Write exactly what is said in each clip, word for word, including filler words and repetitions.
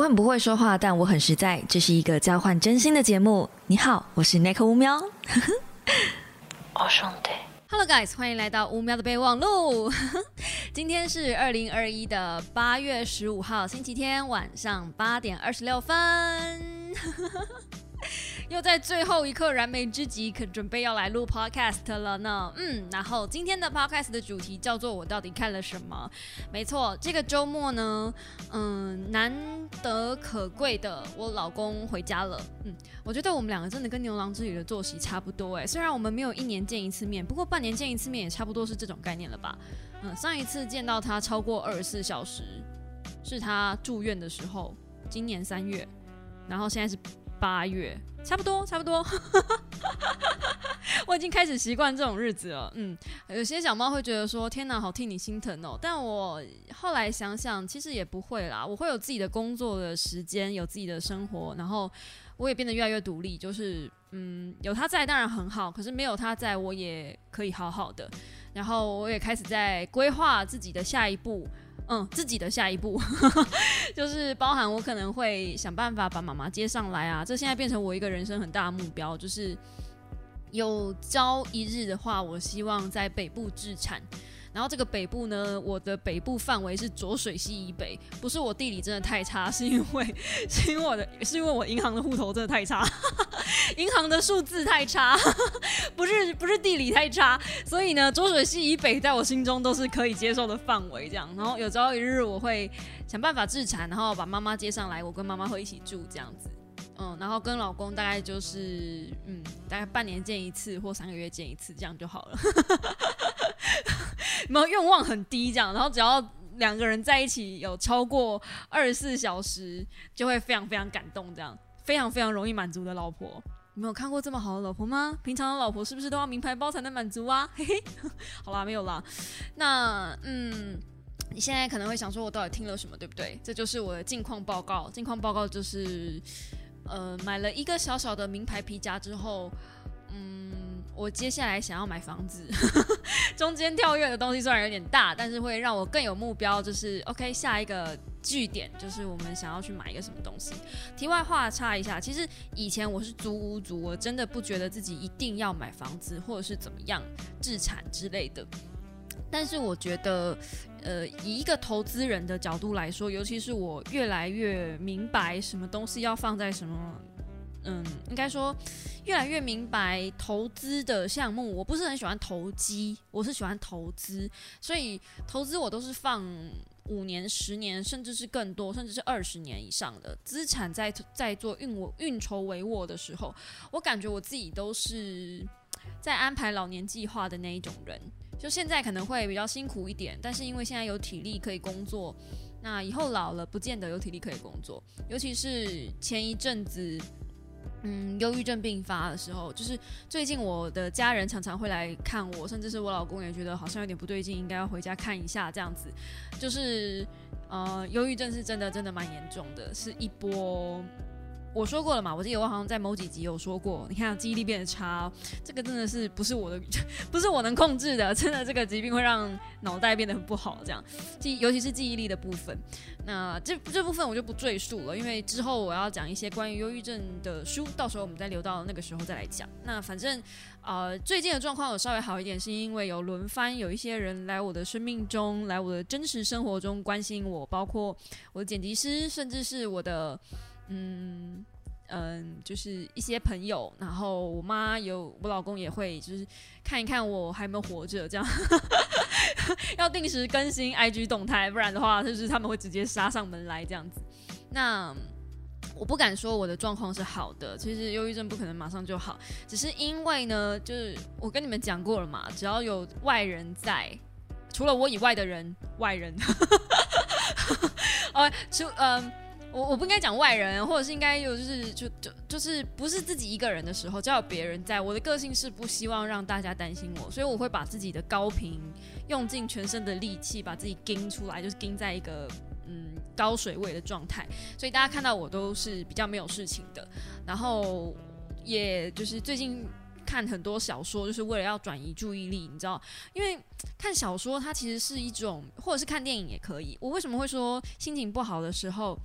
很不会说话，但我很实在。这是一个交换真心的节目。你好，我是 Nick 乌喵。 哦，兄弟。 Hello guys， 欢迎来到乌喵的备忘录。今天是二零二一的八月十五号，星期天晚上八点二十六分。又在最后一刻燃眉之急，可准备要来录 podcast 了呢。嗯，然后今天的 podcast 的主题叫做我到底看了什么？没错，这个周末呢，嗯，难得可贵的，我老公回家了。嗯，我觉得我们两个真的跟牛郎织女的作息差不多哎。虽然我们没有一年见一次面，不过半年见一次面也差不多是这种概念了吧？嗯，上一次见到他超过二十四小时，是他住院的时候，今年三月，然后现在是八月，差不多，差不多。我已经开始习惯这种日子了。嗯，有些小猫会觉得说：“天哪，好替你心疼哦。”但我后来想想，其实也不会啦。我会有自己的工作的时间，有自己的生活，然后我也变得越来越独立。就是嗯，有他在当然很好，可是没有他在，我也可以好好的。然后我也开始在规划自己的下一步。嗯，自己的下一步就是包含我可能会想办法把妈妈接上来啊，这现在变成我一个人生很大的目标，就是有朝一日的话，我希望在北部置产。然后这个北部呢，我的北部范围是浊水溪以北，不是我地理真的太差，是因为是因为我的是因为我银行的户头真的太差，银行的数字太差，不是不是地理太差，所以呢，浊水溪以北在我心中都是可以接受的范围，这样。然后有朝一日我会想办法置产，然后把妈妈接上来，我跟妈妈会一起住这样子。嗯，然后跟老公大概就是嗯，大概半年见一次或三个月见一次，这样就好了。没有愿望很低这样，然后只要两个人在一起有超过二十四小时，就会非常非常感动，这样非常非常容易满足的老婆。你没有看过这么好的老婆吗？平常的老婆是不是都要名牌包才能满足啊？嘿嘿，好啦，没有啦。那嗯。你现在可能会想说，我到底听了什么，对不对？这就是我的近况报告。近况报告就是，呃，买了一个小小的名牌皮夹之后，嗯，我接下来想要买房子。中间跳跃的东西虽然有点大，但是会让我更有目标，就是 OK， 下一个据点就是我们想要去买一个什么东西。题外话插一下，其实以前我是租屋族，我真的不觉得自己一定要买房子或者是怎么样置产之类的。但是我觉得，呃，以一个投资人的角度来说，尤其是我越来越明白什么东西要放在什么，嗯，应该说越来越明白投资的项目。我不是很喜欢投机，我是喜欢投资，所以投资我都是放五年、十年，甚至是更多，甚至是二十年以上的资产在在做运我运筹帷幄的时候，我感觉我自己都是在安排老年计划的那一种人。就现在可能会比较辛苦一点，但是因为现在有体力可以工作，那以后老了不见得有体力可以工作。尤其是前一阵子，嗯，忧郁症病发的时候，就是最近我的家人常常会来看我，甚至是我老公也觉得好像有点不对劲，应该要回家看一下这样子。就是呃，忧郁症是真的真的蛮严重的，是一波。我说过了嘛，我记得我好像在某几集有说过，你看记忆力变得差、哦，这个真的是不是我的，不是我能控制的，真的这个疾病会让脑袋变得很不好，这样，记尤其是记忆力的部分。那这这部分我就不赘述了，因为之后我要讲一些关于忧郁症的书，到时候我们再留到那个时候再来讲。那反正呃最近的状况有稍微好一点，是因为有轮番有一些人来我的生命中，来我的真实生活中关心我，包括我的剪辑师，甚至是我的。嗯嗯，就是一些朋友，然后我妈有，我老公也会，就是看一看我还没有活着，这样要定时更新 I G 动态，不然的话，就是他们会直接杀上门来这样子。那我不敢说我的状况是好的，其实忧郁症不可能马上就好，只是因为呢，就是我跟你们讲过了嘛，只要有外人在，除了我以外的人，外人，呃，除嗯。我我不应该讲外人，或者是应该有就是就就就是不是自己一个人的时候，只要有别人在。我的个性是不希望让大家担心我，所以我会把自己的高频用尽全身的力气，把自己盯出来，就是盯在一个嗯高水位的状态。所以大家看到我都是比较没有事情的，然后也就是最近。看很多小说，就是为了要转移注意力，你知道？因为看小说，它其实是一种，或者是看电影也可以。我为什么会说心情不好的时候，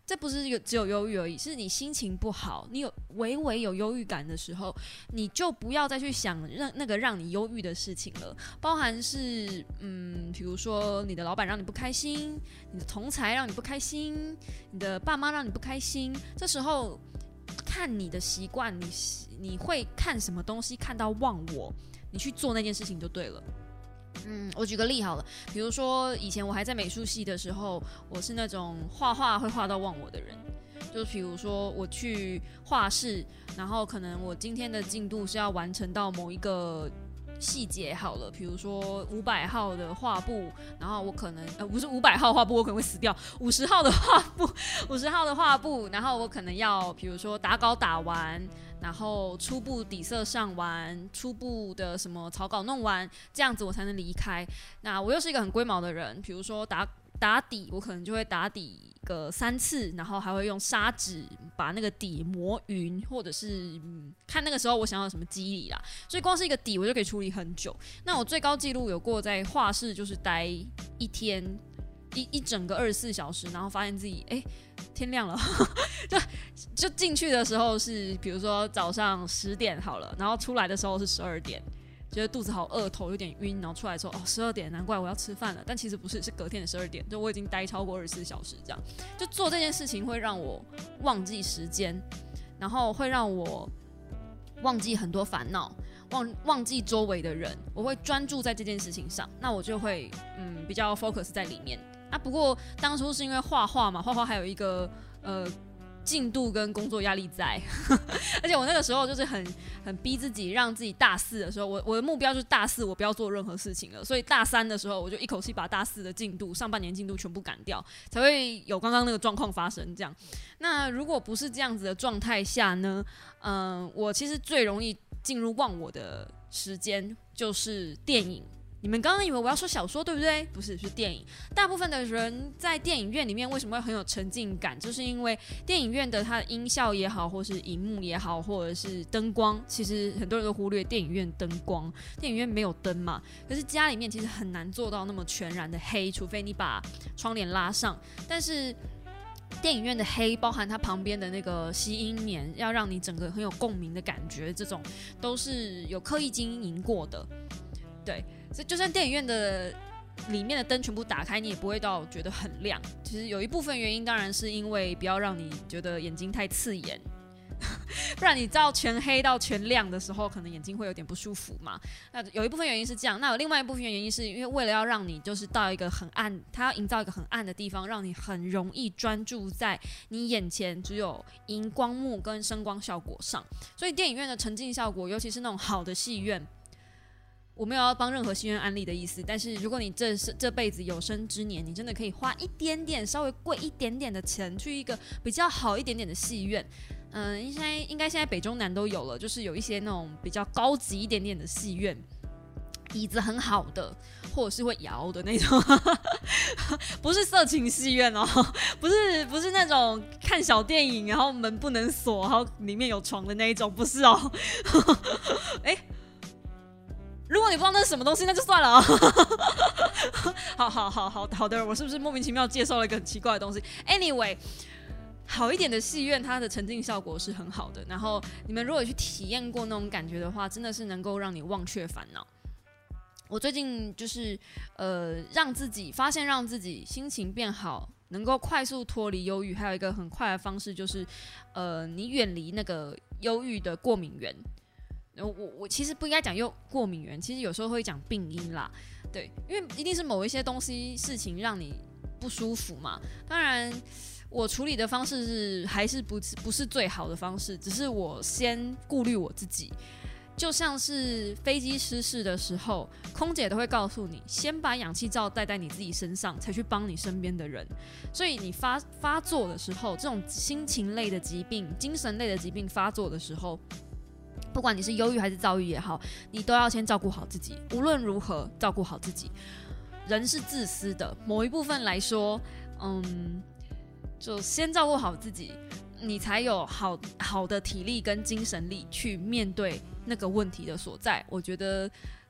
这不是只有忧郁而已，是你心情不好，你有微微有忧郁感的时候，你就不要再去想让那个让你忧郁的事情了，包含是嗯，比如说你的老板让你不开心，你的同侪让你不开心，你的爸妈让你不开心，这时候看你的习惯，你你会看什么东西看到忘我，你去做那件事情就对了。嗯，我举个例好了，比如说以前我还在美术系的时候，我是那种画画会画到忘我的人。就比如说我去画室，然后可能我今天的进度是要完成到某一个细节好了，比如说五百号的画布，然后我可能呃不是五百号画布，我可能会死掉。五十号的画布，五十号的画布，然后我可能要比如说打稿打完。然后初步底色上完，初步的什么草稿弄完，这样子我才能离开。那我又是一个很龟毛的人，比如说打打底，我可能就会打底个三次，然后还会用砂纸把那个底磨匀，或者是、嗯、看那个时候我想要什么肌理啦。所以光是一个底我就可以处理很久。那我最高纪录有过在画室就是待一天。一, 一整个二十四小时，然后发现自己哎、欸、天亮了，就就进去的时候是比如说早上十点好了，然后出来的时候是十二点，觉得肚子好饿，头有点晕，然后出来说哦十二点，难怪我要吃饭了，但其实不是，是隔天的十二点，就我已经待超过二十四小时，这样就做这件事情会让我忘记时间，然后会让我忘记很多烦恼。忘, 忘记周围的人，我会专注在这件事情上，那我就会嗯比较 focus 在里面。啊，不过当初是因为画画嘛，画画还有一个呃进度跟工作压力在，而且我那个时候就是很很逼自己，让自己大四的时候，我我的目标就是大四我不要做任何事情了，所以大三的时候我就一口气把大四的进度、上半年进度全部赶掉，才会有刚刚那个状况发生。这样，那如果不是这样子的状态下呢，嗯、呃，我其实最容易进入忘我的时间就是电影。你们刚刚以为我要说小说对不对？不是，是电影。大部分的人在电影院里面为什么会很有沉浸感，就是因为电影院的它的音效也好，或是荧幕也好，或者是灯光，其实很多人都忽略电影院灯光，电影院没有灯嘛，可是家里面其实很难做到那么全然的黑，除非你把窗帘拉上，但是电影院的黑包含它旁边的那个吸音棉，要让你整个很有共鸣的感觉，这种都是有刻意经营过的。对，所以就算电影院的里面的灯全部打开，你也不会到觉得很亮。其实有一部分原因当然是因为不要让你觉得眼睛太刺眼，不然你到全黑到全亮的时候，可能眼睛会有点不舒服嘛。那有一部分原因是这样，那有另外一部分原因是因为为了要让你就是到一个很暗，它要营造一个很暗的地方，让你很容易专注在你眼前只有荧光幕跟声光效果上。所以电影院的沉浸效果，尤其是那种好的戏院。我没有要帮任何戏院安利的意思，但是如果你这这辈子有生之年，你真的可以花一点点稍微贵一点点的钱去一个比较好一点点的戏院。嗯，应该应该现在北中南都有了，就是有一些那种比较高级一点点的戏院，椅子很好的，或者是会摇的那种，不是色情戏院哦，不是不是那种看小电影然后门不能锁，然后里面有床的那一种，不是哦。哎。如果你不知道那是什么东西，那就算了啊、哦。好好好好好的，我是不是莫名其妙介绍了一个很奇怪的东西 ？Anyway， 好一点的戏院，它的沉浸效果是很好的。然后你们如果去体验过那种感觉的话，真的是能够让你忘却烦恼。我最近就是呃，让自己发现，让自己心情变好，能够快速脱离忧郁，还有一个很快的方式就是，呃，你远离那个忧郁的过敏源。我我其实不应该讲又过敏源，其实有时候会讲病因啦，对，因为一定是某一些东西事情让你不舒服嘛。当然，我处理的方式是还是不不是最好的方式，只是我先顾虑我自己。就像是飞机失事的时候，空姐都会告诉你，先把氧气罩戴在你自己身上，才去帮你身边的人。所以你发发作的时候，这种心情类的疾病、精神类的疾病发作的时候。不管你是忧郁还是躁郁也好，你都要先照顾好自己。无论如何，照顾好自己。人是自私的，某一部分来说，嗯，就先照顾好自己，你才有好好的体力跟精神力去面对那个问题的所在。我觉得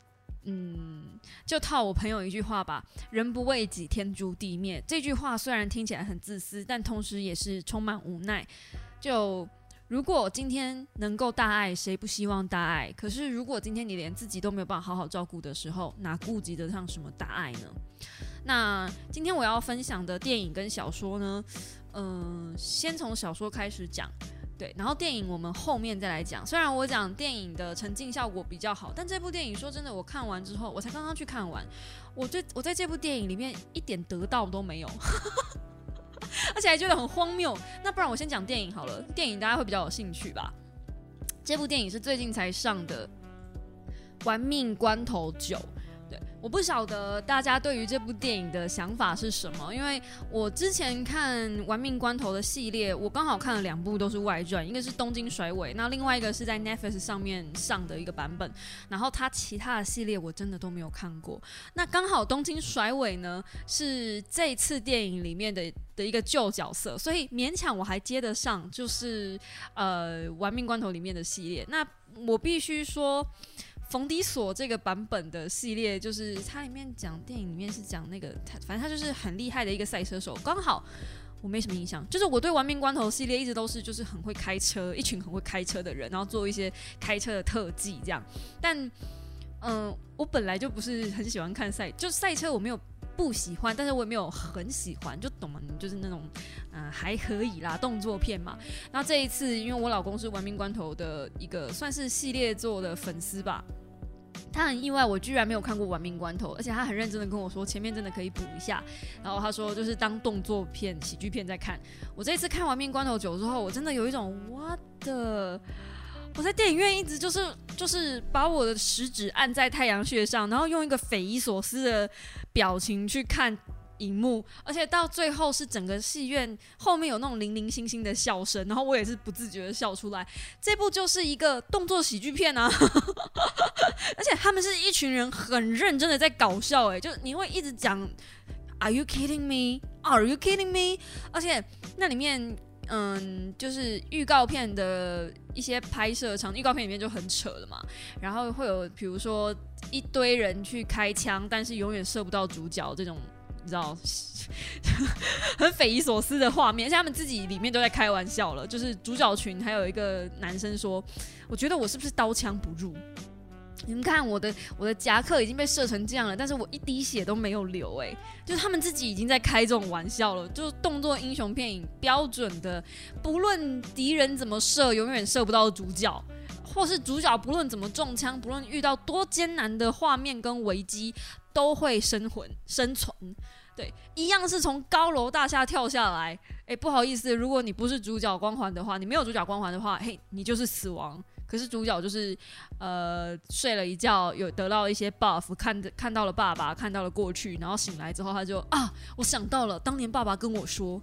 嗯，就套我朋友一句话吧，人不为己，天诛地灭。这句话虽然听起来很自私，但同时也是充满无奈。就如果今天能够大爱，谁不希望大爱？可是如果今天你连自己都没有办法好好照顾的时候，哪顾及得上什么大爱呢？那今天我要分享的电影跟小说呢，嗯、呃，先从小说开始讲。对，然后电影我们后面再来讲。虽然我讲电影的沉浸效果比较好，但这部电影说真的，我看完之后，我才刚刚去看完，我对我在这部电影里面一点得到都没有，而且还觉得很荒谬。那不然我先讲电影好了，电影大家会比较有兴趣吧。这部电影是最近才上的《玩命关头九》。对，我不晓得大家对于这部电影的想法是什么，因为我之前看《玩命关头》的系列，我刚好看了两部都是外传，一个是《东京甩尾》，那另外一个是在 Netflix 上面上的一个版本，然后它其他的系列我真的都没有看过。那刚好《东京甩尾》呢是这次电影里面的的一个旧角色，所以勉强我还接得上，就是呃《玩命关头》里面的系列。那我必须说。冯迪索这个版本的系列，就是它里面讲电影里面是讲那个，反正他就是很厉害的一个赛车手。刚好我没什么印象，就是我对《玩命关头》系列一直都是就是很会开车，一群很会开车的人，然后做一些开车的特技这样。但嗯、呃，我本来就不是很喜欢看赛，就赛车我没有不喜欢，但是我也没有很喜欢，就懂吗？就是那种嗯、呃、还可以啦，动作片嘛。那这一次，因为我老公是《玩命关头》的一个算是系列作的粉丝吧。他很意外，我居然没有看过《玩命关头》，而且他很认真的跟我说，前面真的可以补一下。然后他说，就是当动作片、喜剧片在看。我这次看《玩命关头九》之后，我真的有一种 what the， 我在电影院一直就是就是把我的食指按在太阳穴上，然后用一个匪夷所思的表情去看荧幕，而且到最后是整个戏院后面有那种零零星星的笑声，然后我也是不自觉的笑出来。这部就是一个动作喜剧片啊，而且他们是一群人很认真的在搞笑，哎，就你会一直讲 Are you kidding me? Are you kidding me? 而且那里面嗯，就是预告片的一些拍摄场，预告片里面就很扯了嘛，然后会有比如说一堆人去开枪，但是永远射不到主角这种。你知道很匪夷所思的画面，而且他们自己里面都在开玩笑了，就是主角群还有一个男生说，我觉得我是不是刀枪不入，你们看我的我的夹克已经被射成这样了，但是我一滴血都没有流，哎，就是他们自己已经在开这种玩笑了，就是动作英雄片影标准的，不论敌人怎么射永远射不到主角，或是主角不论怎么中枪，不论遇到多艰难的画面跟危机都会生存生存，对，一样是从高楼大厦跳下来。哎，不好意思，如果你不是主角光环的话，你没有主角光环的话，嘿，你就是死亡。可是主角就是呃睡了一觉，有得到一些 buff， 看看到了爸爸，看到了过去，然后醒来之后他就啊，我想到了当年爸爸跟我说。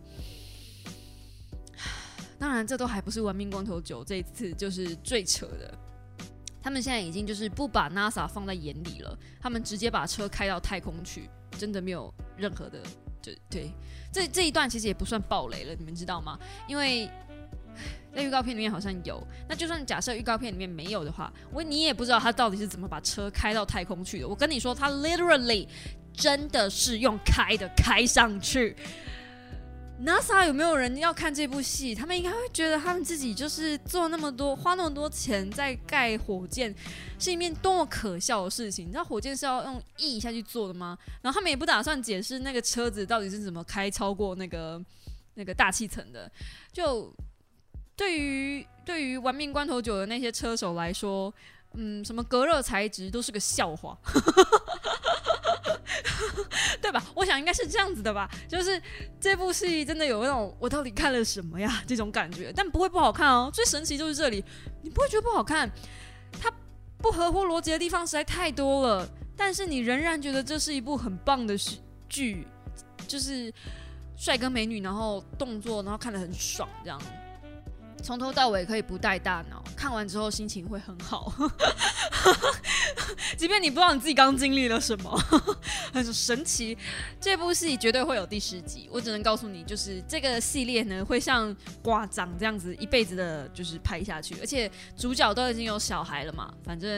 当然，这都还不是《玩命关头九》这一次就是最扯的。他们现在已经就是不把 NASA 放在眼里了，他们直接把车开到太空去，真的没有任何的，就对，这这一段其实也不算爆雷了，你们知道吗？因为在预告片里面好像有，那就算假设预告片里面没有的话，我你也不知道他到底是怎么把车开到太空去的。我跟你说，他 literally 真的是用开的开上去。NASA 有没有人要看这部戏？他们应该会觉得他们自己就是做那么多，花那么多钱在盖火箭，是一件多么可笑的事情。你知道火箭是要用翼下去做的吗？然后他们也不打算解释那个车子到底是怎么开超过那个那个大气层的。就对于对于玩命关头九的那些车手来说，嗯，什么隔热材质都是个笑话。对吧？我想应该是这样子的吧，就是这部戏真的有那种我到底看了什么呀这种感觉，但不会不好看哦。最神奇就是这里，你不会觉得不好看，它不合乎逻辑的地方实在太多了，但是你仍然觉得这是一部很棒的剧，就是帅哥美女，然后动作，然后看得很爽这样。从头到尾可以不带大脑，看完之后心情会很好。即便你不知道你自己刚经历了什么，很神奇。这部戏绝对会有第十集，我只能告诉你，就是这个系列呢会像瓜长这样子一辈子的，就是拍下去。而且主角都已经有小孩了嘛，反正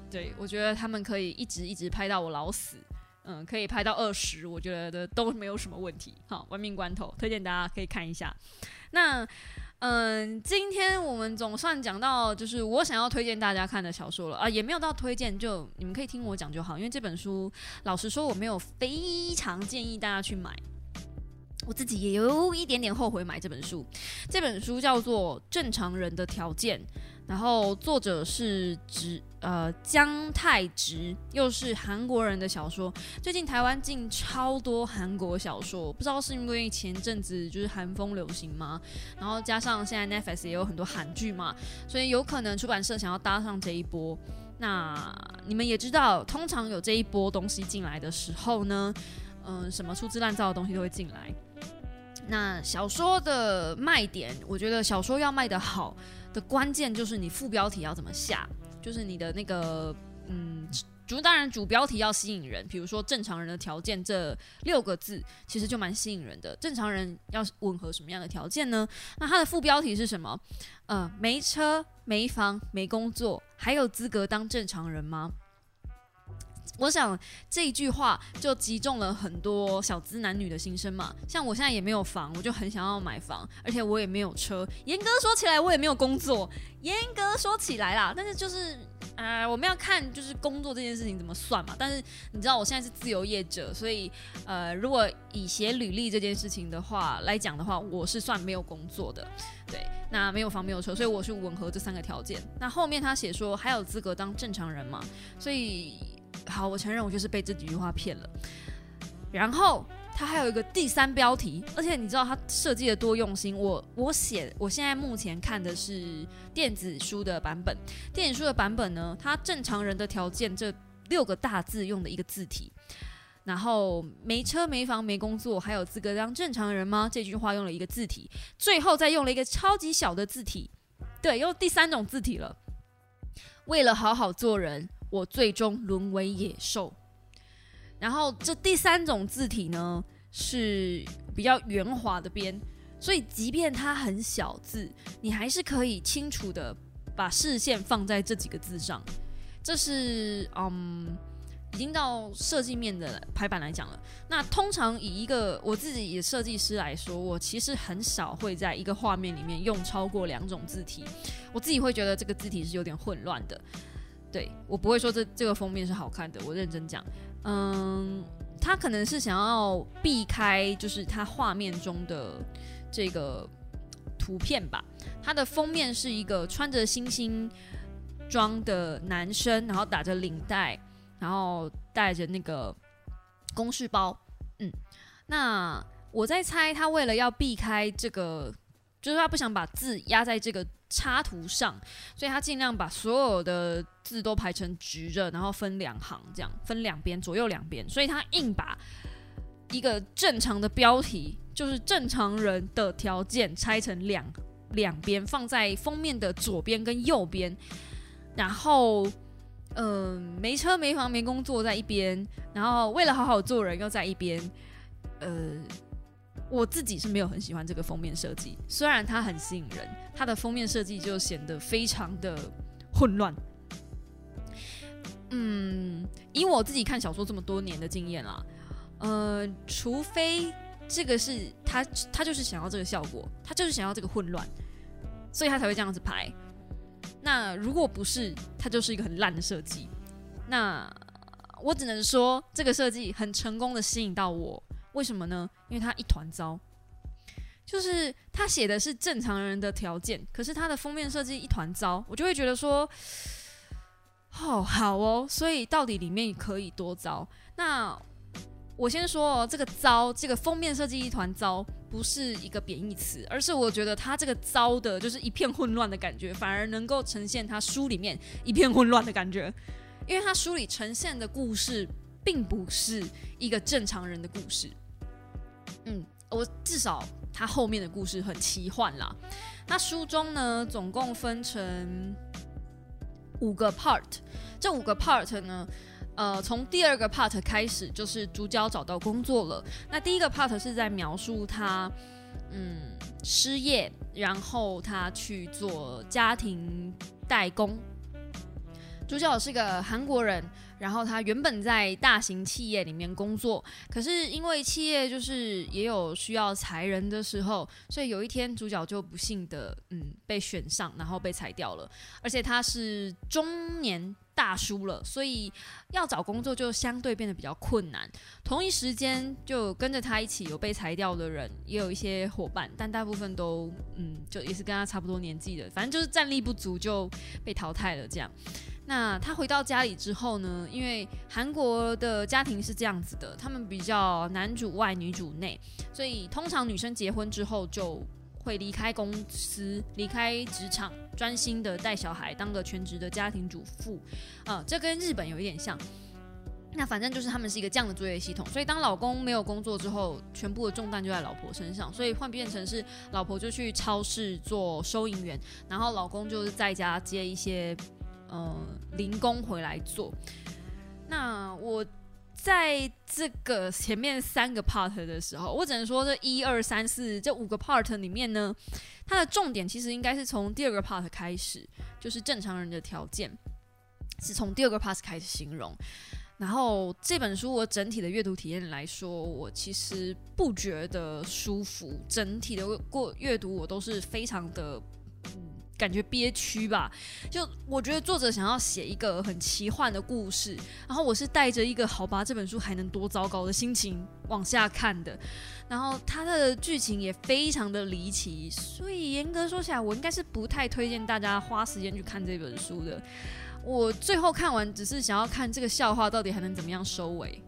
对，我觉得他们可以一直一直拍到我老死。嗯，可以拍到二十，我觉得都没有什么问题。好，玩命关头推荐大家可以看一下。那嗯，今天我们总算讲到就是我想要推荐大家看的小说了啊，也没有到推荐，就你们可以听我讲就好。因为这本书老实说我没有非常建议大家去买，我自己也有一点点后悔买这本书。这本书叫做《正常人的条件》，然后作者是直呃姜泰直，又是韩国人的小说。最近台湾进超多韩国小说，不知道是因为前阵子就是韩风流行吗？然后加上现在 Netflix 也有很多韩剧嘛，所以有可能出版社想要搭上这一波。那你们也知道，通常有这一波东西进来的时候呢，嗯、呃，什么粗制滥造的东西都会进来。那小说的卖点，我觉得小说要卖得好的关键就是你副标题要怎么下，就是你的那个嗯，主当然主标题要吸引人，比如说正常人的条件这六个字其实就蛮吸引人的。正常人要吻合什么样的条件呢？那它的副标题是什么？呃，没车、没房、没工作，还有资格当正常人吗？我想这一句话就击中了很多小资男女的心声嘛。像我现在也没有房，我就很想要买房，而且我也没有车。严格说起来，我也没有工作。严格说起来啦，但是就是呃，我们要看就是工作这件事情怎么算嘛。但是你知道我现在是自由业者，所以呃，如果以写履历这件事情的话来讲的话，我是算没有工作的。对，那没有房没有车，所以我是吻合这三个条件。那后面他写说还有资格当正常人嘛，所以。好，我承认我就是被这几句话骗了。然后它还有一个第三标题，而且你知道它设计的多用心。我我写，我现在目前看的是电子书的版本。电子书的版本呢，它正常人的条件这六个大字用的一个字体，然后没车没房没工作，还有资格当正常人吗？这句话用了一个字体，最后再用了一个超级小的字体，对，用第三种字体了。为了好好做人。我最终沦为野兽。然后这第三种字体呢是比较圆滑的边，所以即便它很小字，你还是可以清楚的把视线放在这几个字上。这是嗯，已经到设计面的排版来讲了。那通常以一个我自己的设计师来说，我其实很少会在一个画面里面用超过两种字体，我自己会觉得这个字体是有点混乱的。对，我不会说这这个封面是好看的，我认真讲，嗯，他可能是想要避开，就是他画面中的这个图片吧。他的封面是一个穿着星星装的男生，然后打着领带，然后带着那个公事包，嗯，那我在猜他为了要避开这个，就是他不想把字压在这个插图上，所以他尽量把所有的字都排成直着，然后分两行，这样分两边，左右两边，所以他硬把一个正常的标题，就是正常人的条件拆成两两边，放在封面的左边跟右边，然后嗯、呃，没车没房没工作在一边，然后为了好好做人又在一边，呃。我自己是没有很喜欢这个封面设计，虽然它很吸引人，它的封面设计就显得非常的混乱。嗯，以我自己看小说这么多年的经验啦，呃，除非这个是他他就是想要这个效果，他就是想要这个混乱，所以他才会这样子拍。那如果不是，它就是一个很烂的设计。那我只能说，这个设计很成功的吸引到我。为什么呢？因为他一团糟，就是他写的是正常人的条件，可是他的封面设计一团糟，我就会觉得说，哦，好哦，所以到底里面可以多糟？那我先说哦，这个糟，这个封面设计一团糟，不是一个贬义词，而是我觉得他这个糟的，就是一片混乱的感觉，反而能够呈现他书里面一片混乱的感觉，因为他书里呈现的故事并不是一个正常人的故事。嗯，我至少他后面的故事很奇幻啦。那书中呢，总共分成五个 part， 这五个 part 呢，呃，从第二个 part 开始，就是主角找到工作了。那第一个 part 是在描述他，嗯，失业，然后他去做家庭代工。 主角是个韩国人，然后他原本在大型企业里面工作，可是因为企业就是也有需要裁人的时候，所以有一天主角就不幸的嗯被选上，然后被裁掉了，而且他是中年大叔了，所以要找工作就相对变得比较困难。同一时间就跟着他一起有被裁掉的人，也有一些伙伴，但大部分都嗯就也是跟他差不多年纪的，反正就是战力不足就被淘汰了这样。那他回到家里之后呢，因为韩国的家庭是这样子的，他们比较男主外女主内，所以通常女生结婚之后就会离开公司，离开职场，专心的带小孩，当个全职的家庭主妇。呃，这跟日本有一点像。那反正就是他们是一个这样的作业系统，所以当老公没有工作之后，全部的重担就在老婆身上，所以换变成是老婆就去超市做收银员，然后老公就是在家接一些呃零工回来做。那我在这个前面三个 part 的时候，我只能说这一二三四这五个 part 里面呢，它的重点其实应该是从第二个 part 开始，就是正常人的条件，是从第二个 part 开始形容。然后这本书我整体的阅读体验来说，我其实不觉得舒服，整体的过阅读我都是非常的感觉憋屈吧，就我觉得作者想要写一个很奇幻的故事，然后我是带着一个好吧这本书还能多糟糕的心情往下看的，然后它的剧情也非常的离奇，所以严格说起来我应该是不太推荐大家花时间去看这本书的。我最后看完只是想要看这个笑话到底还能怎么样收尾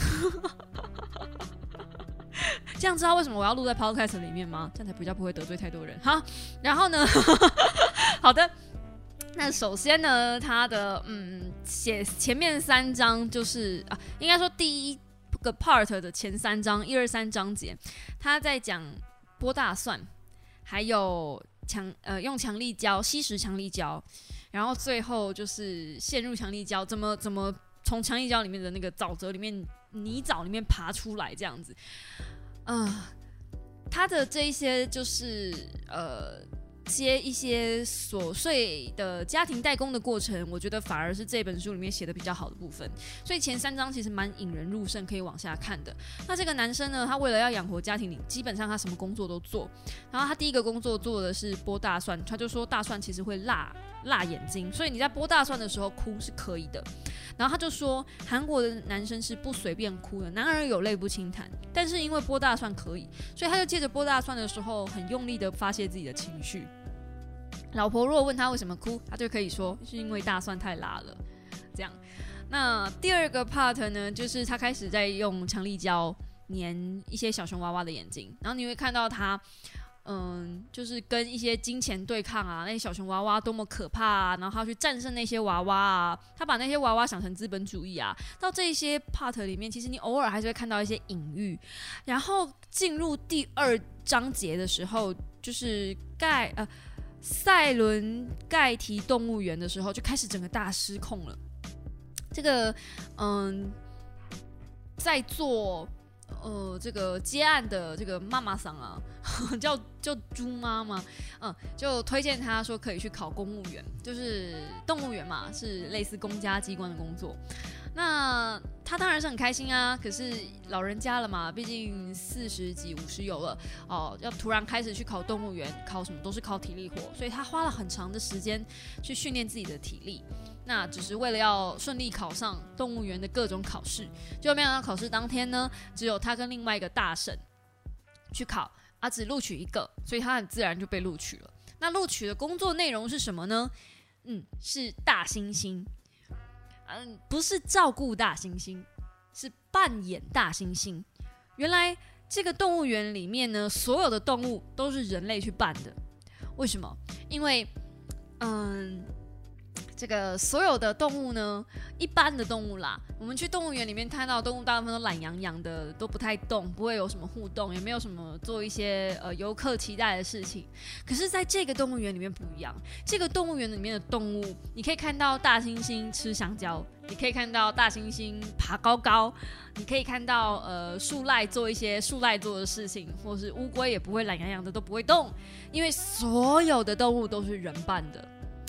这样知道为什么我要录在 podcast 里面吗？这样才比较不会得罪太多人。好，然后呢好的，那首先呢，他的嗯写前面三章就是啊，应该说第一个 part 的前三章一二三章节，他在讲剥大蒜，还有强呃用强力胶吸食强力胶，然后最后就是陷入强力胶，怎么怎么从强力胶里面的那个沼泽里面泥沼里面爬出来这样子。呃，他的这一些就是呃接一些琐碎的家庭代工的过程，我觉得反而是这本书里面写的比较好的部分，所以前三章其实蛮引人入胜，可以往下看的。那这个男生呢，他为了要养活家庭里，基本上他什么工作都做，然后他第一个工作做的是剥大蒜，他就说大蒜其实会辣辣眼睛，所以你在剥大蒜的时候哭是可以的。然后他就说韩国的男生是不随便哭的，男儿有泪不轻弹，但是因为剥大蒜可以，所以他就借着剥大蒜的时候很用力的发泄自己的情绪。老婆如果问他为什么哭，他就可以说是因为大蒜太辣了这样。那第二个 part 呢，就是他开始在用强力胶粘一些小熊娃娃的眼睛，然后你会看到他嗯，就是跟一些金钱对抗啊，那些小熊娃娃多么可怕啊，然后他去战胜那些娃娃啊，他把那些娃娃想成资本主义啊。到这些 part 里面，其实你偶尔还是会看到一些隐喻。然后进入第二章节的时候，就是盖呃赛伦盖提动物园的时候，就开始整个大失控了。这个嗯，在做。呃，这个接案的这个妈妈桑啊，叫叫猪妈妈，嗯，就推荐他说可以去考公务员，就是动物园嘛，是类似公家机关的工作。那他当然是很开心啊，可是老人家了嘛，毕竟四十几、五十有了哦，要突然开始去考动物园，考什么都是靠体力活，所以他花了很长的时间去训练自己的体力。那只是为了要顺利考上动物园的各种考试，结果没想到考试当天呢，只有他跟另外一个大婶去考，啊，只录取一个，所以他很自然就被录取了。那录取的工作内容是什么呢？嗯，是大猩猩，嗯，不是照顾大猩猩，是扮演大猩猩。原来这个动物园里面呢，所有的动物都是人类去扮的。为什么？因为，嗯。这个所有的动物呢，一般的动物啦，我们去动物园里面看到的动物大部分都懒洋洋的，都不太动，不会有什么互动，也没有什么做一些呃游客期待的事情。可是在这个动物园里面不一样，这个动物园里面的动物，你可以看到大猩猩吃香蕉，你可以看到大猩猩爬高高，你可以看到呃树赖做一些树赖做的事情，或是乌龟也不会懒洋洋的都不会动，因为所有的动物都是人扮的。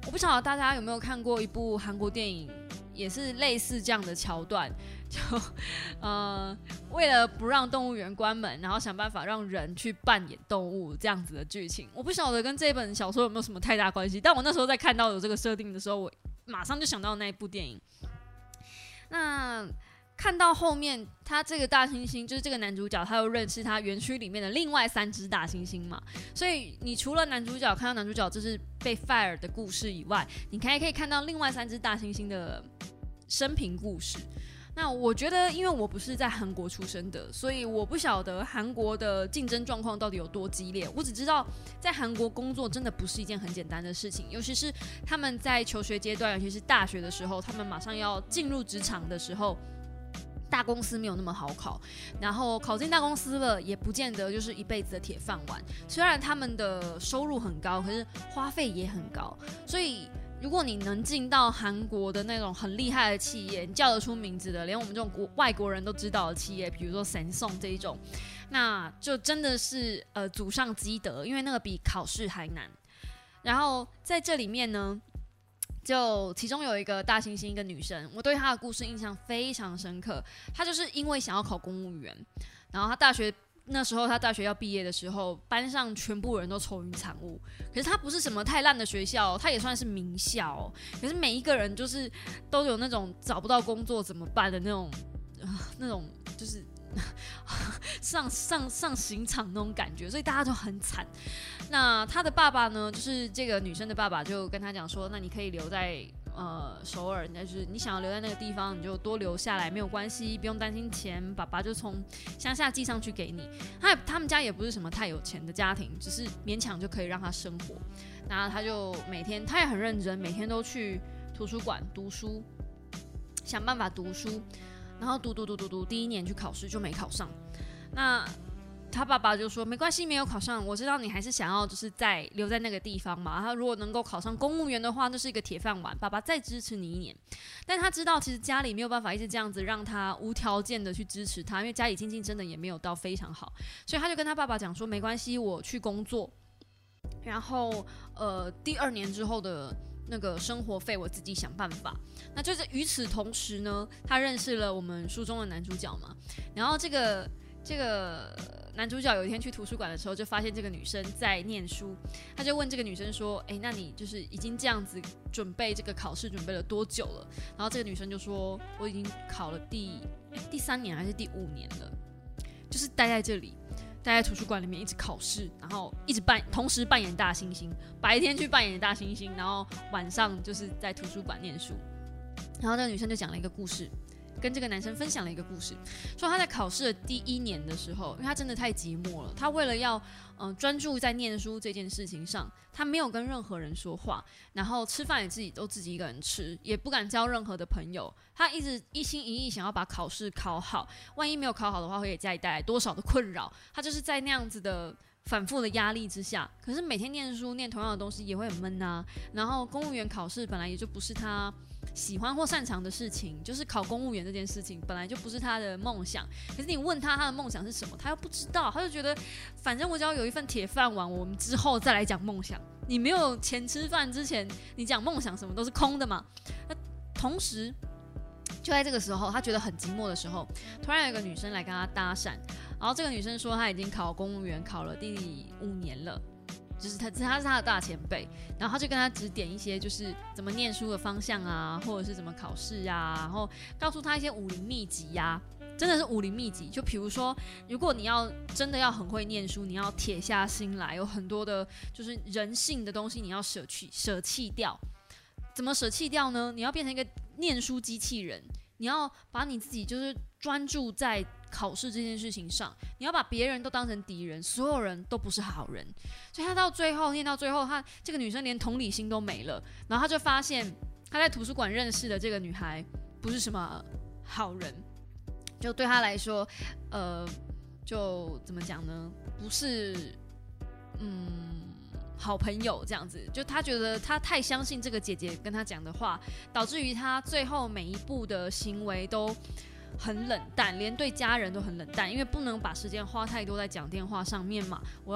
我不晓得大家有没有看过一部韩国电影，也是类似这样的桥段，就呃为了不让动物园关门，然后想办法让人去扮演动物这样子的剧情。我不晓得跟这本小说有没有什么太大关系，但我那时候在看到有这个设定的时候，我马上就想到那一部电影。那看到后面，他这个大猩猩就是这个男主角，他又认识他园区里面的另外三只大猩猩嘛，所以你除了男主角看到男主角这是被 fire 的故事以外，你还可以看到另外三只大猩猩的生平故事。那我觉得，因为我不是在韩国出生的，所以我不晓得韩国的竞争状况到底有多激烈。我只知道，在韩国工作真的不是一件很简单的事情，尤其是他们在求学阶段，尤其是大学的时候，他们马上要进入职场的时候。大公司没有那么好考，然后考进大公司了，也不见得就是一辈子的铁饭碗。虽然他们的收入很高，可是花费也很高。所以，如果你能进到韩国的那种很厉害的企业，你叫得出名字的，连我们这种国外国人都知道的企业，比如说 Samsung 这一种，那就真的是呃祖上积德，因为那个比考试还难。然后在这里面呢。就其中有一个大猩猩，一个女生，我对她的故事印象非常深刻。她就是因为想要考公务员，然后她大学那时候，她大学要毕业的时候，班上全部人都愁云惨雾。可是她不是什么太烂的学校，她也算是名校。可是每一个人就是都有那种找不到工作怎么办的那种，呃、那种就是上上上刑场那种感觉，所以大家都很惨。那他的爸爸呢，就是这个女生的爸爸，就跟他讲说，那你可以留在呃首尔，那就是你想要留在那个地方，你就多留下来，没有关系，不用担心钱，爸爸就从乡下寄上去给你。他他们家也不是什么太有钱的家庭，只是勉强就可以让他生活。那他就每天，他也很认真，每天都去图书馆读书，想办法读书，然后读读读读读，第一年去考试就没考上。那他爸爸就说没关系，没有考上，我知道你还是想要就是在留在那个地方嘛。他如果能够考上公务员的话，那是一个铁饭碗，爸爸再支持你一年。但他知道其实家里没有办法一直这样子让他无条件的去支持他，因为家里经济真的也没有到非常好，所以他就跟他爸爸讲说没关系，我去工作，然后呃第二年之后的那个生活费我自己想办法。那就是与此同时呢，他认识了我们书中的男主角嘛，然后这个这个男主角有一天去图书馆的时候，就发现这个女生在念书，他就问这个女生说：“哎，那你就是已经这样子准备这个考试准备了多久了？”然后这个女生就说：“我已经考了第第三年还是第五年了，就是待在这里，待在图书馆里面一直考试，然后一直扮同时扮演大猩猩，白天去扮演大猩猩，然后晚上就是在图书馆念书。”然后那个女生就讲了一个故事。跟这个男生分享了一个故事，说他在考试的第一年的时候，因为他真的太寂寞了，他为了要嗯专注在念书这件事情上，他没有跟任何人说话，然后吃饭也自己都自己一个人吃，也不敢交任何的朋友。他一直一心一意想要把考试考好，万一没有考好的话，会给家里带来多少的困扰？他就是在那样子的反复的压力之下，可是每天念书念同样的东西也会很闷啊。然后公务员考试本来也就不是他喜欢或擅长的事情，就是考公务员这件事情本来就不是他的梦想。可是你问他他的梦想是什么，他又不知道，他就觉得反正我只要有一份铁饭碗，我们之后再来讲梦想。你没有钱吃饭之前，你讲梦想什么都是空的嘛。那同时就在这个时候，他觉得很寂寞的时候，突然有一个女生来跟他搭讪，然后这个女生说她已经考公务员考了第五年了，就是他他是他的大前辈，然后他就跟他指点一些就是怎么念书的方向啊，或者是怎么考试啊，然后告诉他一些武林秘籍呀、啊，真的是武林秘籍。就比如说，如果你要真的要很会念书，你要铁下心来，有很多的就是人性的东西你要舍去舍弃掉。怎么舍弃掉呢？你要变成一个念书机器人，你要把你自己就是专注在考试这件事情上，你要把别人都当成敌人，所有人都不是好人。所以他到最后念到最后，他这个女生连同理心都没了，然后他就发现他在图书馆认识的这个女孩不是什么好人，就对他来说，呃，就怎么讲呢？不是，嗯。好朋友这样子，就他觉得他太相信这个姐姐跟他讲的话，导致于他最后每一步的行为都很冷淡，连对家人都很冷淡，因为不能把时间花太多在讲电话上面嘛。我要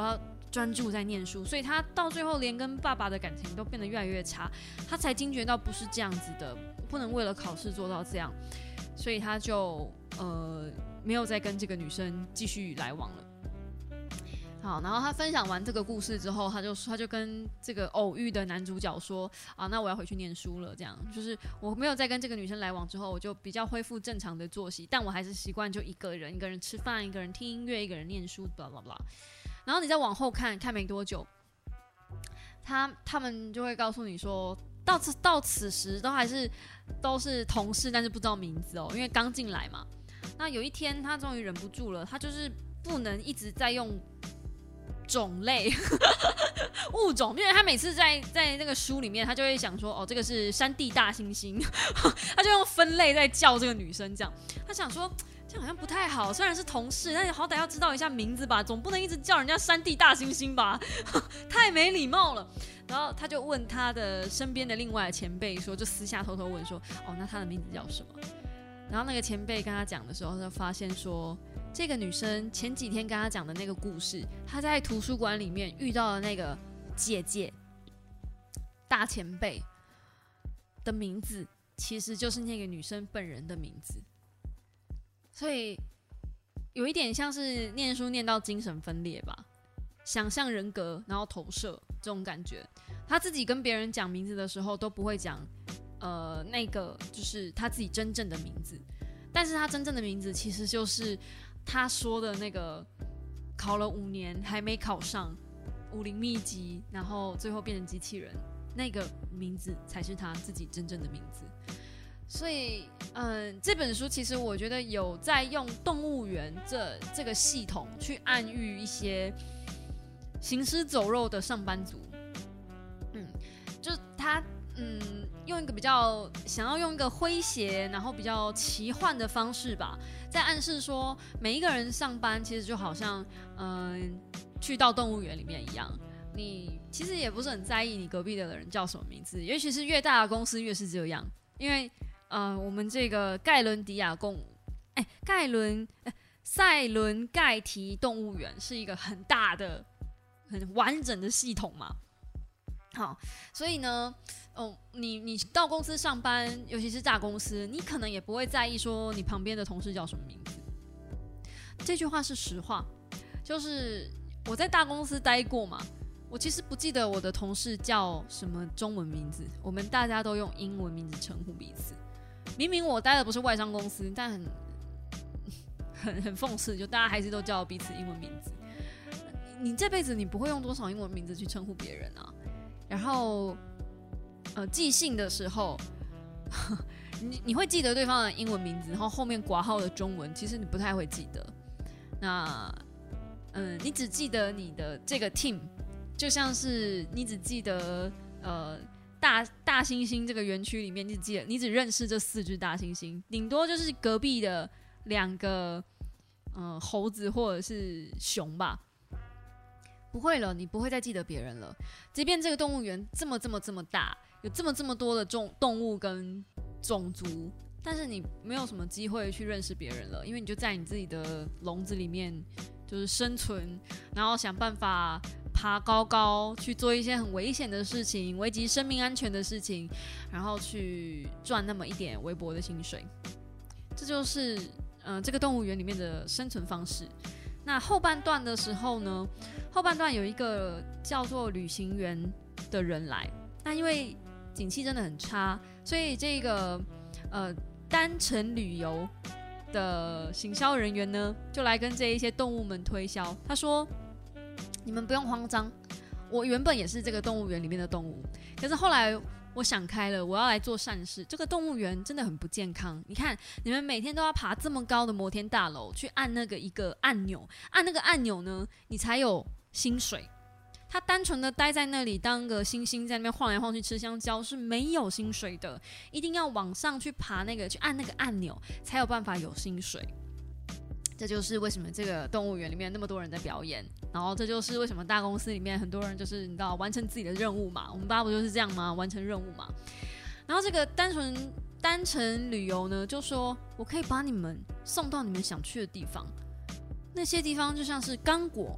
专注在念书，所以他到最后连跟爸爸的感情都变得越来越差，他才惊觉到不是这样子的，不能为了考试做到这样，所以他就呃没有再跟这个女生继续来往了。好，然后他分享完这个故事之后，他就他就跟这个偶遇的男主角说啊，那我要回去念书了，这样就是我没有再跟这个女生来往之后，我就比较恢复正常的作息，但我还是习惯就一个人，一个人吃饭，一个人听音乐，一个人念书，blah blah blah。然后你再往后看看没多久，他他们就会告诉你说，到此到此时都还是都是同事，但是不知道名字哦，因为刚进来嘛。那有一天他终于忍不住了，他就是不能一直在用种类物种，因为他每次在在那个书里面，他就会想说，哦，这个是山地大猩猩，他就用分类在叫这个女生，这样他想说这样好像不太好，虽然是同事，但是好歹要知道一下名字吧，总不能一直叫人家山地大猩猩吧，太没礼貌了。然后他就问他的身边的另外的前辈说，就私下偷偷问说，哦，那他的名字叫什么？然后那个前辈跟他讲的时候，他就发现说，这个女生前几天跟他讲的那个故事，她在图书馆里面遇到的那个姐姐大前辈的名字，其实就是那个女生本人的名字。所以有一点像是念书念到精神分裂吧，想象人格然后投射这种感觉。他自己跟别人讲名字的时候都不会讲呃那个就是他自己真正的名字，但是他真正的名字其实就是他说的那个考了五年还没考上武林秘籍，然后最后变成机器人，那个名字才是他自己真正的名字。所以嗯，这本书其实我觉得有在用动物园这这个系统去暗喻一些行尸走肉的上班族。嗯，就他嗯用一个比较想要用一个诙谐然后比较奇幻的方式吧，在暗示说每一个人上班其实就好像嗯去到动物园里面一样，你其实也不是很在意你隔壁的人叫什么名字，尤其是越大的公司越是这样，因为呃我们这个盖伦迪亚公哎盖伦哎塞伦盖提动物园是一个很大的很完整的系统嘛。好，所以呢，哦，你你到公司上班，尤其是大公司，你可能也不会在意说你旁边的同事叫什么名字。这句话是实话，就是我在大公司待过嘛，我其实不记得我的同事叫什么中文名字，我们大家都用英文名字称呼彼此。明明我待的不是外商公司，但很很很讽刺，就大家还是都叫彼此英文名字。你这辈子你不会用多少英文名字去称呼别人啊？然后，呃，寄信的时候，你你会记得对方的英文名字，然后后面括号的中文，其实你不太会记得。那，嗯，你只记得你的这个 team， 就像是你只记得呃大大猩猩这个园区里面，你只记得你只认识这四只大猩猩，顶多就是隔壁的两个嗯、呃、猴子或者是熊吧。不会了，你不会再记得别人了。即便这个动物园这么这么这么大，有这么这么多的种动物跟种族，但是你没有什么机会去认识别人了，因为你就在你自己的笼子里面就是生存，然后想办法爬高高，去做一些很危险的事情，危及生命安全的事情，然后去赚那么一点微薄的薪水。这就是嗯、呃、这个动物园里面的生存方式。那后半段的时候呢，后半段有一个叫做旅行员的人来，那因为景气真的很差，所以这个呃单程旅游的行销人员呢，就来跟这一些动物们推销。他说：“你们不用慌张，我原本也是这个动物园里面的动物，可是后来我想开了，我要来做善事。这个动物园真的很不健康，你看你们每天都要爬这么高的摩天大楼去按那个一个按钮，按那个按钮呢，你才有薪水。他单纯的待在那里当个猩猩在那边晃来晃去吃香蕉是没有薪水的，一定要往上去爬那个去按那个按钮才有办法有薪水。这就是为什么这个动物园里面那么多人在表演，然后这就是为什么大公司里面很多人就是你知道完成自己的任务嘛，我们大家不就是这样吗？完成任务嘛。然后这个单纯单程旅游呢，就说我可以把你们送到你们想去的地方，那些地方就像是刚果、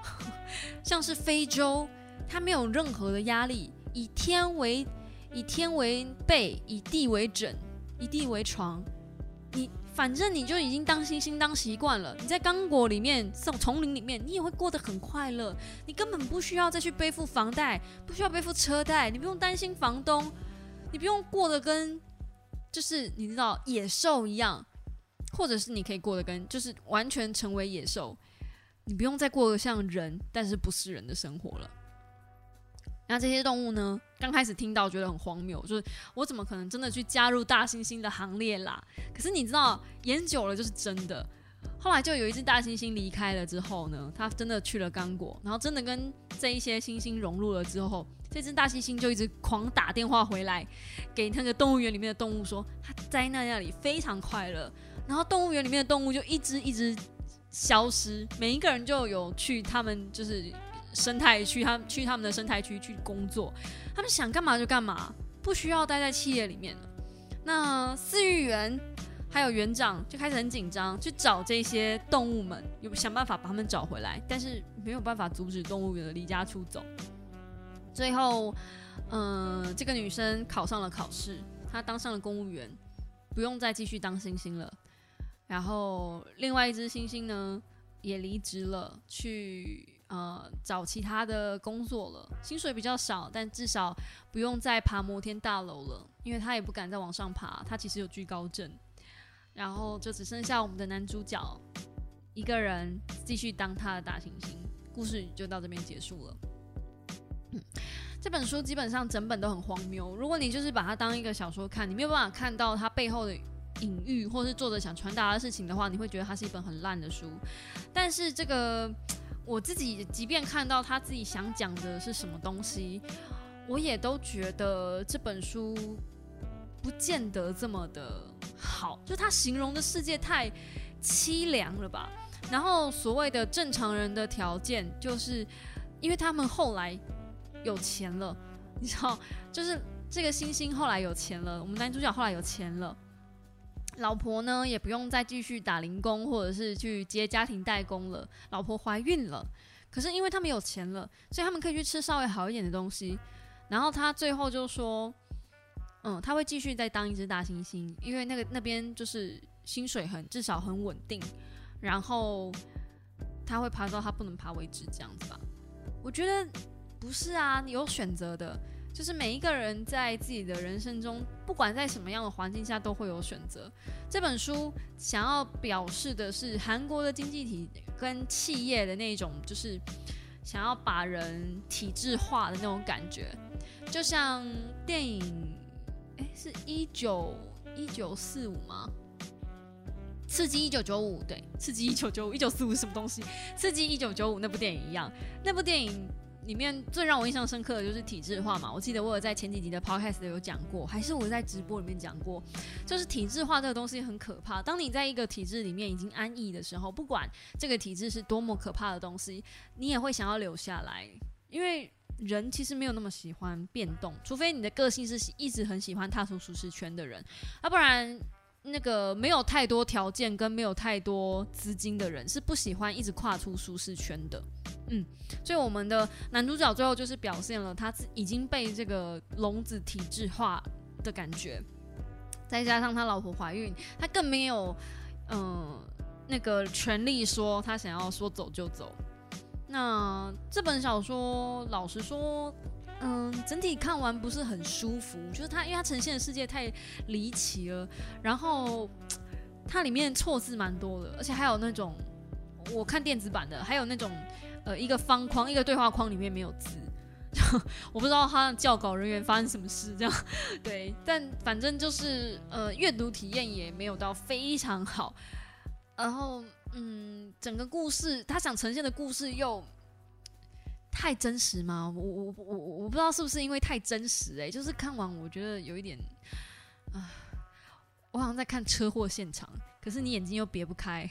像是非洲，它没有任何的压力，以天为以天为被，以地为枕，以地为床，你反正你就已经当星星当习惯了。你在刚果里面、这种丛林里面，你也会过得很快乐。你根本不需要再去背负房贷，不需要背负车贷，你不用担心房东，你不用过得跟就是你知道野兽一样，或者是你可以过得跟就是完全成为野兽，你不用再过得像人但是不是人的生活了。那这些动物呢，刚开始听到觉得很荒谬，就是我怎么可能真的去加入大猩猩的行列啦？可是你知道演久了就是真的。后来就有一只大猩猩离开了之后呢，它真的去了刚果，然后真的跟这一些猩猩融入了之后，这只大猩猩就一直狂打电话回来给那个动物园里面的动物说它在那里非常快乐，然后动物园里面的动物就一只一只消失，每一个人就有去他们就是生态区，他们去他们的生态区去工作，他们想干嘛就干嘛，不需要待在企业里面了。那饲育员还有园长就开始很紧张，去找这些动物们，有想办法把他们找回来，但是没有办法阻止动物园的离家出走。最后，嗯、呃，这个女生考上了考试，她当上了公务员，不用再继续当猩猩了。然后另外一只猩猩呢，也离职了，去呃找其他的工作了，薪水比较少，但至少不用再爬摩天大楼了，因为他也不敢再往上爬，他其实有惧高症。然后就只剩下我们的男主角一个人继续当他的大猩猩，故事就到这边结束了。嗯，这本书基本上整本都很荒谬，如果你就是把它当一个小说看，你没有办法看到它背后的隐喻或是作者想传达的事情的话，你会觉得它是一本很烂的书。但是这个我自己即便看到他自己想讲的是什么东西，我也都觉得这本书不见得这么的好，就他形容的世界太凄凉了吧。然后所谓的正常人的条件，就是因为他们后来有钱了，你知道，就是这个猩猩后来有钱了，我们男主角后来有钱了，老婆呢也不用再继续打零工或者是去接家庭代工了，老婆怀孕了，可是因为他们有钱了，所以他们可以去吃稍微好一点的东西。然后他最后就说嗯，他会继续再当一只大猩猩，因为那个那边就是薪水很至少很稳定，然后他会爬到他不能爬为止，这样子吧。我觉得不是啊，你有选择的，就是每一个人在自己的人生中，不管在什么样的环境下都会有选择。这本书想要表示的是韩国的经济体跟企业的那种，就是想要把人体制化的那种感觉，就像电影。哎，是一九一九四五吗？刺激一九九五，对，刺激一九九五，一九四五是什么东西？刺激一九九五那部电影一样，那部电影里面最让我印象深刻的就是体制化嘛。我记得我有在前几集的 podcast 有讲过，还是我在直播里面讲过，就是体制化这个东西很可怕。当你在一个体制里面已经安逸的时候，不管这个体制是多么可怕的东西，你也会想要留下来，因为人其实没有那么喜欢变动，除非你的个性是一直很喜欢踏出舒适圈的人，要、啊、不然那个没有太多条件跟没有太多资金的人是不喜欢一直跨出舒适圈的。嗯，所以我们的男主角最后就是表现了他已经被这个笼子体制化的感觉，再加上他老婆怀孕，他更没有嗯、呃、那个权利说他想要说走就走。那这本小说老实说嗯，整体看完不是很舒服，就是它因为它呈现的世界太离奇了，然后它里面错字蛮多的，而且还有那种我看电子版的，还有那种呃一个方框一个对话框里面没有字，我不知道他的校稿人员发生什么事这样，对，但反正就是呃阅读体验也没有到非常好，然后嗯整个故事他想呈现的故事又太真实吗？我我我我不知道是不是因为太真实哎、欸，就是看完我觉得有一点啊，我好像在看车祸现场，可是你眼睛又别不开，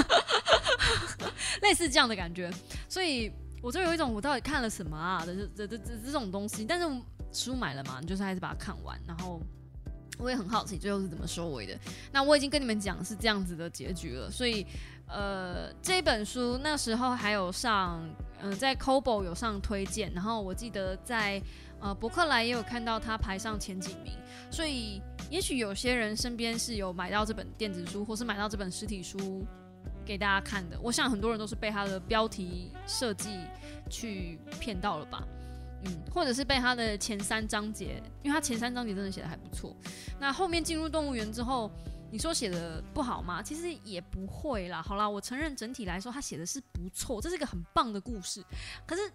类似这样的感觉，所以我就有一种我到底看了什么啊的这这这这种东西，但是书买了嘛，你就是还是把它看完，然后我也很好奇最后是怎么收尾的。那我已经跟你们讲是这样子的结局了，所以呃，这本书那时候还有上，嗯、呃，在 Kobo 有上推荐，然后我记得在呃博客来也有看到它排上前几名，所以也许有些人身边是有买到这本电子书，或是买到这本实体书给大家看的。我想很多人都是被它的标题设计去骗到了吧。嗯，或者是被他的前三章节，因为他前三章节真的写的还不错。那后面进入动物园之后，你说写的不好吗？其实也不会啦。好啦，我承认整体来说他写的是不错，这是一个很棒的故事。可是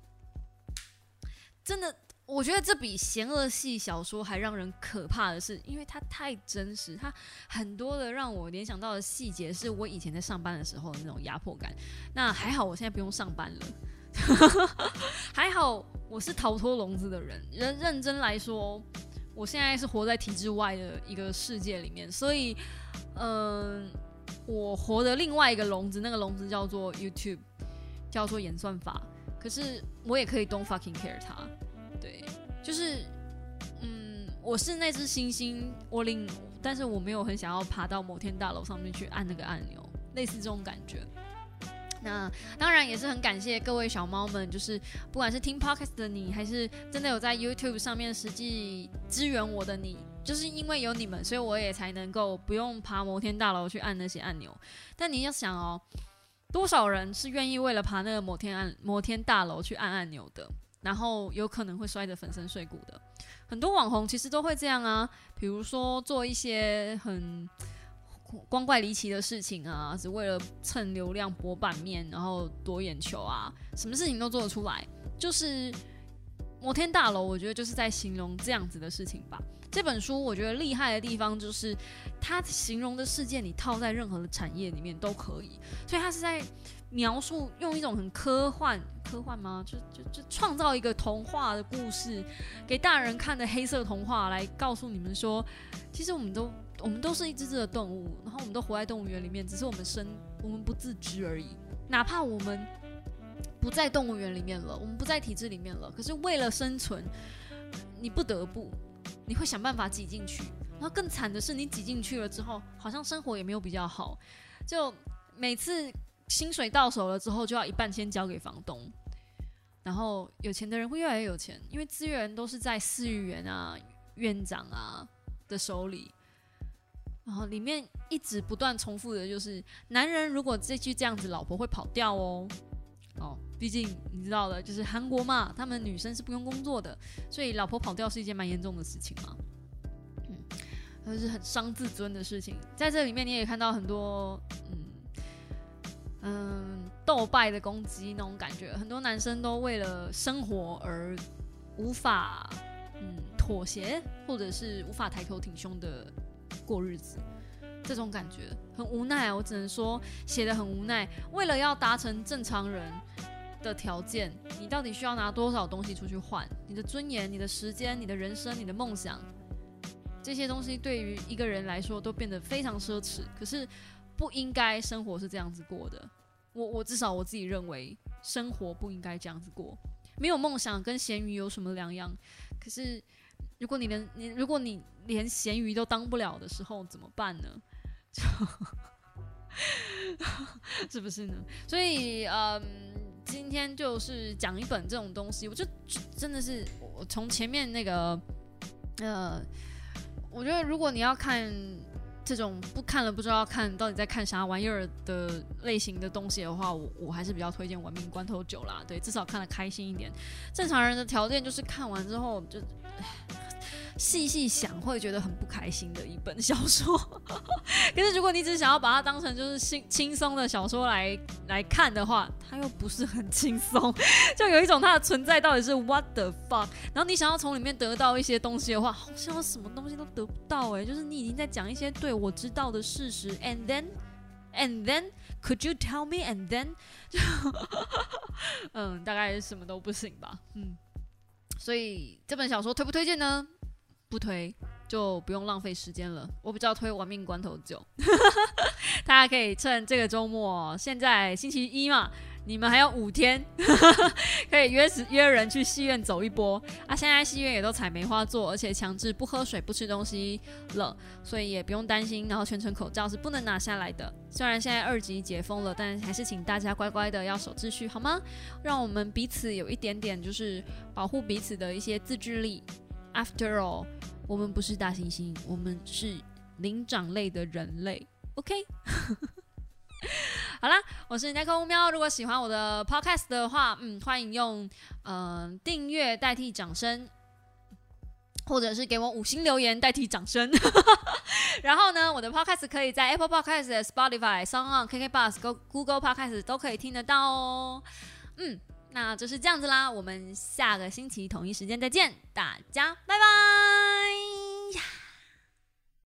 真的，我觉得这比嫌恶系小说还让人可怕的是，因为它太真实，它很多的让我联想到的细节是我以前在上班的时候的那种压迫感。那还好，我现在不用上班了。还好我是逃脱笼子的人，认认真来说，我现在是活在体制外的一个世界里面，所以，嗯、呃，我活的另外一个笼子，那个笼子叫做 YouTube， 叫做演算法。可是我也可以 don't fucking care 它，对，就是，嗯，我是那只猩猩，我领，但是我没有很想要爬到摩天大楼上面去按那个按钮，类似这种感觉。那当然也是很感谢各位小猫们，就是不管是听 podcast 的你，还是真的有在 YouTube 上面实际支援我的你，就是因为有你们，所以我也才能够不用爬摩天大楼去按那些按钮。但你要想哦，多少人是愿意为了爬那个摩天按摩天大楼去按按钮的，然后有可能会摔得粉身碎骨的。很多网红其实都会这样啊，比如说做一些很光怪离奇的事情啊，只为了蹭流量博版面，然后夺眼球啊，什么事情都做得出来。就是摩天大楼，我觉得就是在形容这样子的事情吧。这本书我觉得厉害的地方就是，它形容的事件你套在任何的产业里面都可以，所以它是在描述用一种很科幻科幻吗？就就就创造一个童话的故事给大人看的黑色童话，来告诉你们说，其实我们都。我们都是一只只的动物，然后我们都活在动物园里面，只是我们生我们不自知而已。哪怕我们不在动物园里面了，我们不在体制里面了，可是为了生存，你不得不，你会想办法挤进去。然后更惨的是，你挤进去了之后，好像生活也没有比较好。就每次薪水到手了之后，就要一半先交给房东。然后有钱的人会越来越有钱，因为资源都是在饲育员啊、院长啊的手里。然后里面一直不断重复的就是，男人如果这句这样子，老婆会跑掉哦。哦，毕竟你知道的，就是韩国嘛，他们女生是不用工作的，所以老婆跑掉是一件蛮严重的事情嘛。嗯，就是很伤自尊的事情。在这里面你也看到很多，嗯嗯，斗败的攻击那种感觉。很多男生都为了生活而无法嗯妥协，或者是无法抬头挺胸的过日子，这种感觉很无奈啊！我只能说写得很无奈。为了要达成正常人的条件，你到底需要拿多少东西出去换？你的尊严、你的时间、你的人生、你的梦想，这些东西对于一个人来说都变得非常奢侈。可是不应该生活是这样子过的。我我至少我自己认为，生活不应该这样子过。没有梦想跟咸鱼有什么两样？可是如果你连你如果你连咸鱼都当不了的时候怎么办呢？是不是呢？所以嗯，今天就是讲一本这种东西，我就真的是我从前面那个呃，我觉得如果你要看这种不看了不知道看到底在看啥玩意儿的类型的东西的话，我我还是比较推荐《玩命关头九》啦，对，至少看得开心一点。正常人的条件就是看完之后就细细想会觉得很不开心的一本小说。可是如果你只想要把它当成就是轻轻松的小说来来看的话，它又不是很轻松，就有一种它的存在到底是 what the fuck。然后你想要从里面得到一些东西的话，好像什么东西都得不到哎、欸，就是你已经在讲一些对我知道的事实 ，and then and then could you tell me and then 嗯，大概什么都不行吧，嗯。所以这本小说推不推荐呢？不推，就不用浪费时间了。我比较推《玩命关头九》，大家可以趁这个周末，现在星期一嘛， 你们还有五天可以约时约人去戏院走一波啊！现在戏院也都采梅花座，而且强制不喝水、不吃东西了，所以也不用担心。然后全程口罩是不能拿下来的。虽然现在二级解封了，但还是请大家乖乖的要守秩序，好吗？让我们彼此有一点点就是保护彼此的一些自制力。After all， 我们不是大猩猩，我们是灵长类的人类。OK。好啦，我是 Neko 乌喵。如果喜欢我的 podcast 的话，嗯，欢迎用呃订阅代替掌声，或者是给我五星留言代替掌声。然后呢，我的 podcast 可以在 Apple Podcast、Spotify、SoundOn、K K Bus、Google Podcast 都可以听得到哦。嗯，那就是这样子啦，我们下个星期同一时间再见，大家拜拜。